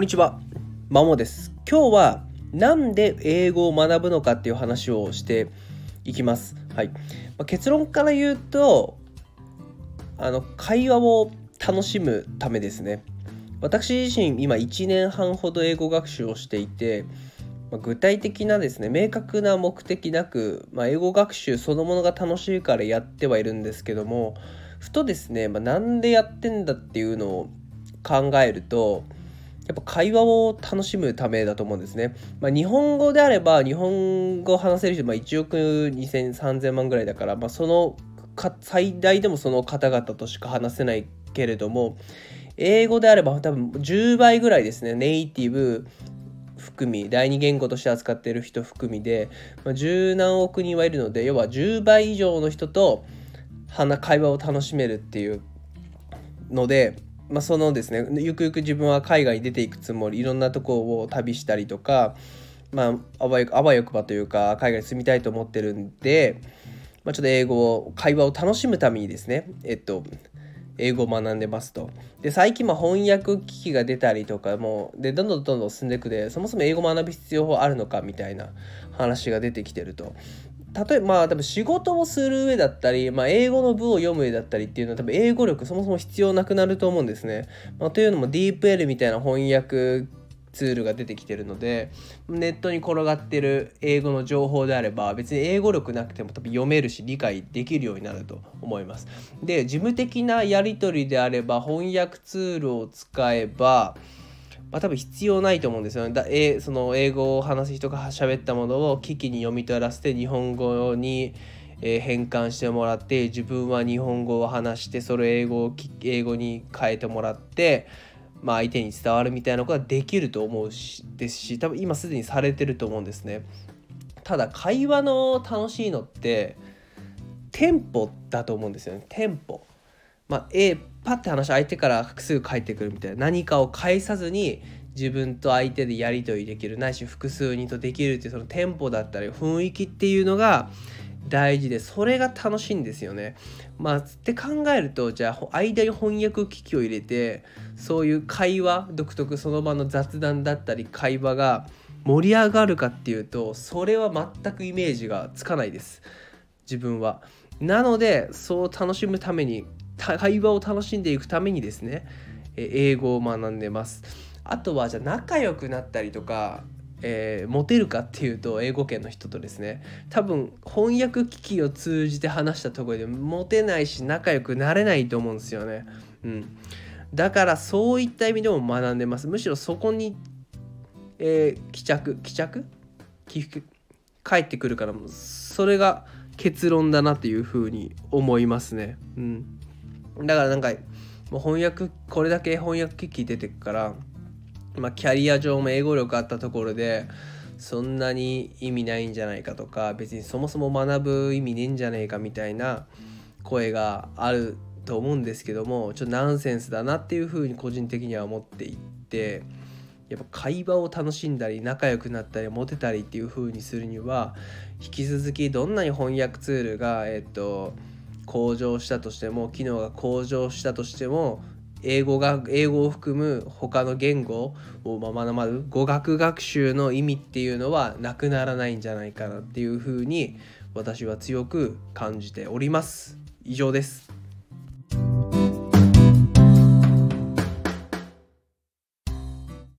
こんにちは、マモです。今日はなんで英語を学ぶのかっていう話をしていきます。はい。結論から言うと、会話を楽しむためですね。私自身今1年半ほど英語学習をしていて、具体的なですね、明確な目的なく、英語学習そのものが楽しいからやってはいるんですけども、ふとですね、なんでやってんだっていうのを考えると、やっぱ会話を楽しむためだと思うんですね。日本語であれば日本語を話せる人、1億2000、3000万ぐらいだから、その最大でもその方々としか話せないけれども、英語であれば多分10倍ぐらいですね。ネイティブ含み、第二言語として扱っている人含みで、十何億人はいるので、要は10倍以上の人と会話を楽しめるっていうので、そのですね、ゆくゆく自分は海外に出ていくつもり、いろんなとこを旅したりとか、あわよくばというか海外に住みたいと思ってるんで、ちょっと会話を楽しむためにですね、英語を学んでますと。で、最近翻訳機器が出たりとかもで、どんどん進んでいくで、そもそも英語を学ぶ必要あるのかみたいな話が出てきてると。例えば多分仕事をする上だったり、英語の文を読む上だったりっていうのは多分英語力そもそも必要なくなると思うんですね。というのも DeepL みたいな翻訳ツールが出てきてるので、ネットに転がってる英語の情報であれば別に英語力なくても多分読めるし理解できるようになると思います。で、事務的なやり取りであれば翻訳ツールを使えば多分必要ないと思うんですよね。その英語を話す人が喋ったものを機器に読み取らせて日本語に変換してもらって、自分は日本語を話してそれを英語に変えてもらって、相手に伝わるみたいなことができると思うですし、多分今すでにされてると思うんですね。ただ会話の楽しいのってテンポだと思うんですよね。テンポ。パッて話相手からすぐ返ってくるみたいな、何かを返さずに自分と相手でやり取りできる、ないし複数人とできるっていうそのテンポだったり雰囲気っていうのが大事で、それが楽しいんですよね。って考えると、じゃあ間に翻訳機器を入れてそういう会話独特、その場の雑談だったり会話が盛り上がるかっていうと、それは全くイメージがつかないです、自分は。なのでそう楽しむために、会話を楽しんでいくためにですね、英語を学んでます。あとはじゃあ仲良くなったりとか、モテるかっていうと、英語圏の人とですね、多分翻訳機器を通じて話したところでモテないし仲良くなれないと思うんですよね。だからそういった意味でも学んでます。むしろそこに、返ってくるから、それが結論だなっていうふうに思いますね。だからもうこれだけ翻訳機器出てくから、キャリア上も英語力あったところでそんなに意味ないんじゃないかとか、別にそもそも学ぶ意味ねえんじゃねえかみたいな声があると思うんですけども、ちょっとナンセンスだなっていうふうに個人的には思っていて、やっぱ会話を楽しんだり仲良くなったりモテたりっていう風にするには、引き続きどんなに翻訳ツールが向上したとしても、機能が向上したとしても、英語を含む他の言語を学ぶ語学学習の意味っていうのはなくならないんじゃないかなっていう風に私は強く感じております。以上です。